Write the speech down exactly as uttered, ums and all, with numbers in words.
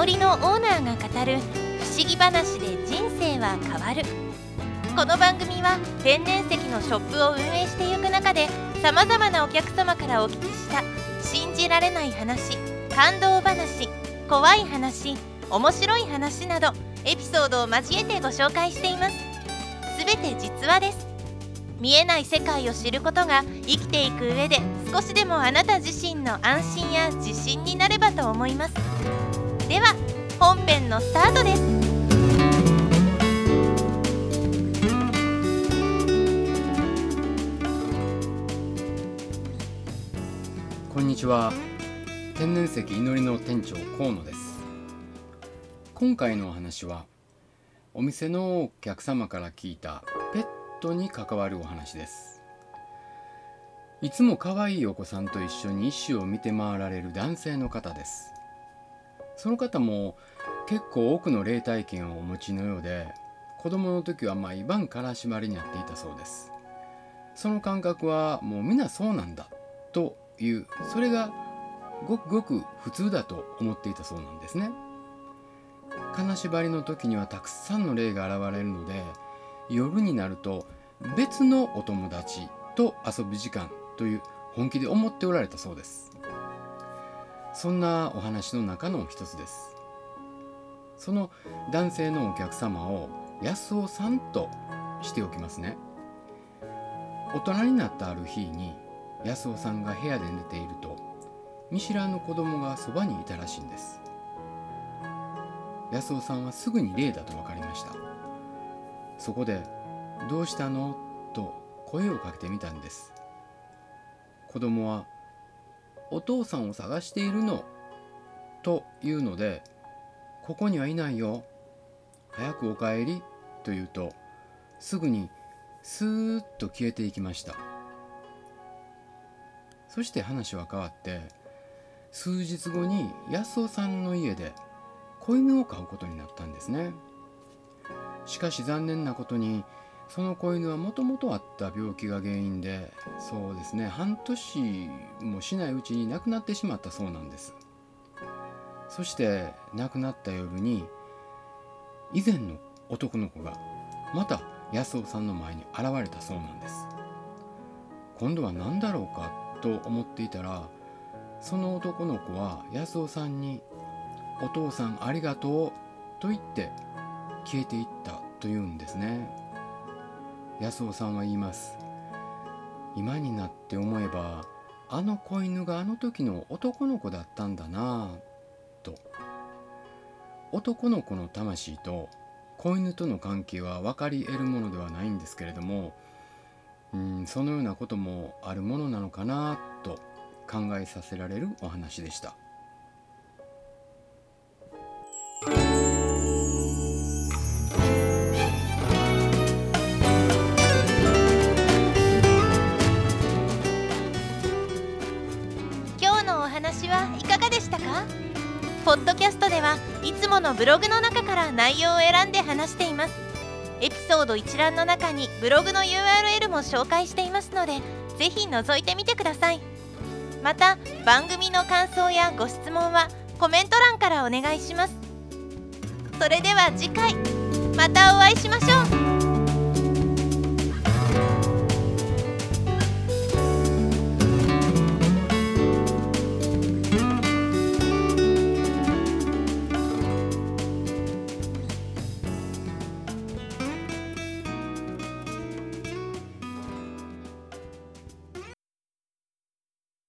森のオーナーが語る不思議話で人生は変わる。この番組は天然石のショップを運営していく中で、さまざまなお客様からお聞きした信じられない話、感動話、怖い話、面白い話などエピソードを交えてご紹介しています。すべて実話です。見えない世界を知ることが生きていく上で少しでもあなた自身の安心や自信になればと思います。では本編のスタートです。 こんにちは。天然石祈りの店長河野です。今回のお話はお店のお客様から聞いたペットに関わるお話です。いつも可愛いお子さんと一緒に石を見て回られる男性の方です。その方も結構多くの霊体験をお持ちのようで、子供の時は毎晩金縛りになっていたそうです。その感覚はもう皆そうなんだという、それがごくごく普通だと思っていたそうなんですね。金縛りの時にはたくさんの霊が現れるので、夜になると別のお友達と遊ぶ時間という本気で思っておられたそうです。そんなお話の中の一つです。その男性のお客様を安尾さんとしておきますね。大人になったある日に安尾さんが部屋で寝ていると、見知らぬ子供がそばにいたらしいんです。安尾さんはすぐに霊だと分かりました。そこでどうしたのと声をかけてみたんです。子供はお父さんを探しているのというので、ここにはいないよ、早くお帰りと言うと、すぐにスーッと消えていきました。そして話は変わって、数日後に安尾さんの家で子犬を飼うことになったんですね。しかし残念なことに、その子犬はもともとあった病気が原因で、そうですね、半年もしないうちに亡くなってしまったそうなんです。そして亡くなった夜に、以前の男の子がまた安尾さんの前に現れたそうなんです。今度は何だろうかと思っていたら、その男の子は安尾さんにお父さんありがとうと言って消えていったというんですね。安尾さんは言います。今になって思えば、あの子犬があの時の男の子だったんだなぁと。男の子の魂と子犬との関係は分かり得るものではないんですけれども、うん、そのようなこともあるものなのかなと考えさせられるお話でした。 今日のお話はいかがでしたか？ポッドキャストではいつものブログの中から内容を選んで話しています。エピソード一覧の中にブログの ユーアールエル も紹介していますので、ぜひ覗いてみてください。また番組の感想やご質問はコメント欄からお願いします。それでは次回またお会いしましょう。